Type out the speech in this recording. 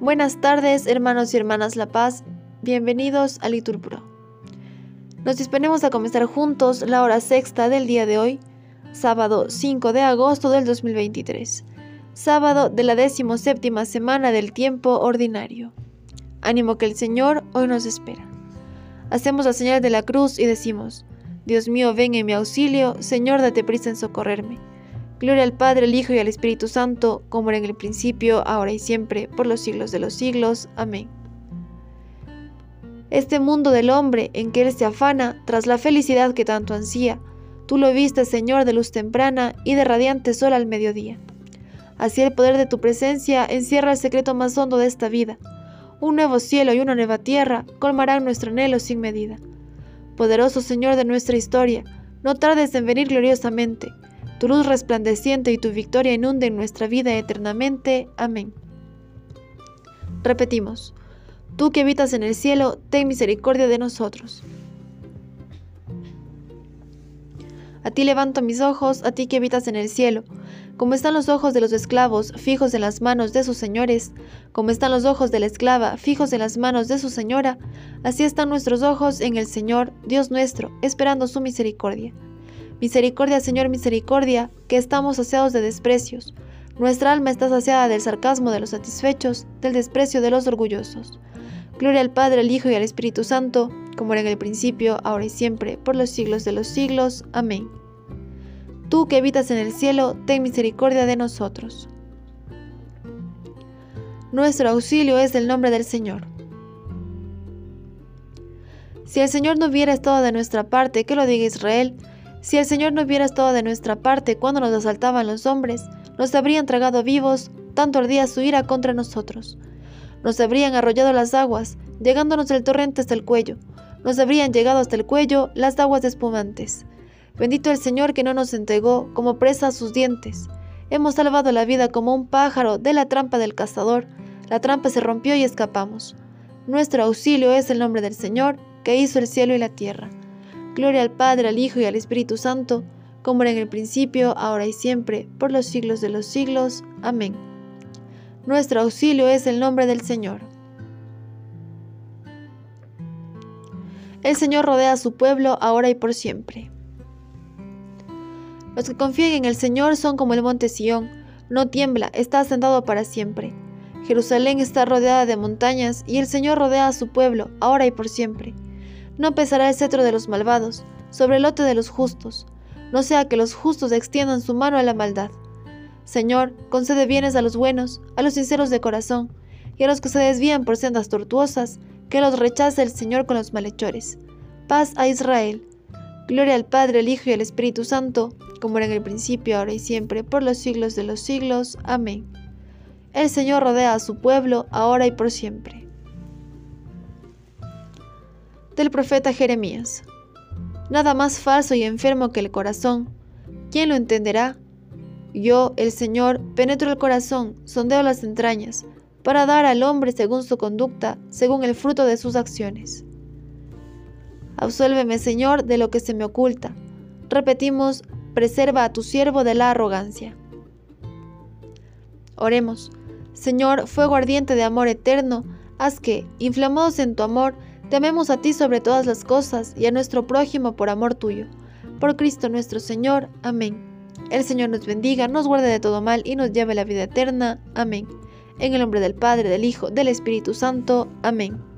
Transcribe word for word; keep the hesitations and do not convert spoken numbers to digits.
Buenas tardes, hermanos y hermanas La Paz. Bienvenidos a Liturpro. Nos disponemos a comenzar juntos la hora sexta del día de hoy, sábado cinco de agosto del dos mil veintitrés, sábado de la decimoséptima semana del tiempo ordinario. Ánimo que el Señor hoy nos espera. Hacemos la señal de la cruz y decimos: Dios mío, ven en mi auxilio, Señor, date prisa en socorrerme. Gloria al Padre, al Hijo y al Espíritu Santo, como era en el principio, ahora y siempre, por los siglos de los siglos. Amén. Este mundo del hombre en que él se afana, tras la felicidad que tanto ansía, tú lo viste, Señor, de luz temprana y de radiante sol al mediodía. Así el poder de tu presencia encierra el secreto más hondo de esta vida. Un nuevo cielo y una nueva tierra colmarán nuestro anhelo sin medida. Poderoso Señor de nuestra historia, no tardes en venir gloriosamente. Tu luz resplandeciente y tu victoria inunden nuestra vida eternamente. Amén. Repetimos: tú que habitas en el cielo, ten misericordia de nosotros. A ti levanto mis ojos, a ti que habitas en el cielo. Como están los ojos de los esclavos fijos en las manos de sus señores, como están los ojos de la esclava fijos en las manos de su señora, así están nuestros ojos en el Señor, Dios nuestro, esperando su misericordia. Misericordia, Señor, misericordia, que estamos saciados de desprecios. Nuestra alma está saciada del sarcasmo de los satisfechos, del desprecio de los orgullosos. Gloria al Padre, al Hijo y al Espíritu Santo, como era en el principio, ahora y siempre, por los siglos de los siglos. Amén. Tú que habitas en el cielo, ten misericordia de nosotros. Nuestro auxilio es del nombre del Señor. Si el Señor no hubiera estado de nuestra parte, que lo diga Israel. Si el Señor no hubiera estado de nuestra parte cuando nos asaltaban los hombres, nos habrían tragado vivos, tanto ardía su ira contra nosotros. Nos habrían arrollado las aguas, llegándonos el torrente hasta el cuello. Nos habrían llegado hasta el cuello las aguas espumantes. Bendito el Señor que no nos entregó como presa a sus dientes. Hemos salvado la vida como un pájaro de la trampa del cazador. La trampa se rompió y escapamos. Nuestro auxilio es el nombre del Señor, que hizo el cielo y la tierra. Gloria al Padre, al Hijo y al Espíritu Santo, como era en el principio, ahora y siempre, por los siglos de los siglos. Amén. Nuestro auxilio es el nombre del Señor. El Señor rodea a su pueblo, ahora y por siempre. Los que confían en el Señor son como el monte Sión, no tiembla, está asentado para siempre. Jerusalén está rodeada de montañas, y el Señor rodea a su pueblo, ahora y por siempre. No pesará el cetro de los malvados sobre el lote de los justos, no sea que los justos extiendan su mano a la maldad. Señor, concede bienes a los buenos, a los sinceros de corazón, y a los que se desvían por sendas tortuosas, que los rechace el Señor con los malhechores. Paz a Israel. Gloria al Padre, al Hijo y al Espíritu Santo, como era en el principio, ahora y siempre, por los siglos de los siglos. Amén. El Señor rodea a su pueblo, ahora y por siempre. Del profeta Jeremías. Nada más falso y enfermo que el corazón. ¿Quién lo entenderá? Yo, el Señor, penetro el corazón, sondeo las entrañas, para dar al hombre según su conducta, según el fruto de sus acciones. Absuélveme, Señor, de lo que se me oculta. Repetimos: preserva a tu siervo de la arrogancia. Oremos. Señor, fuego ardiente de amor eterno, haz que, inflamados en tu amor, te amemos a ti sobre todas las cosas y a nuestro prójimo por amor tuyo. Por Cristo nuestro Señor. Amén. El Señor nos bendiga, nos guarde de todo mal y nos lleve a la vida eterna. Amén. En el nombre del Padre, del Hijo, del Espíritu Santo. Amén.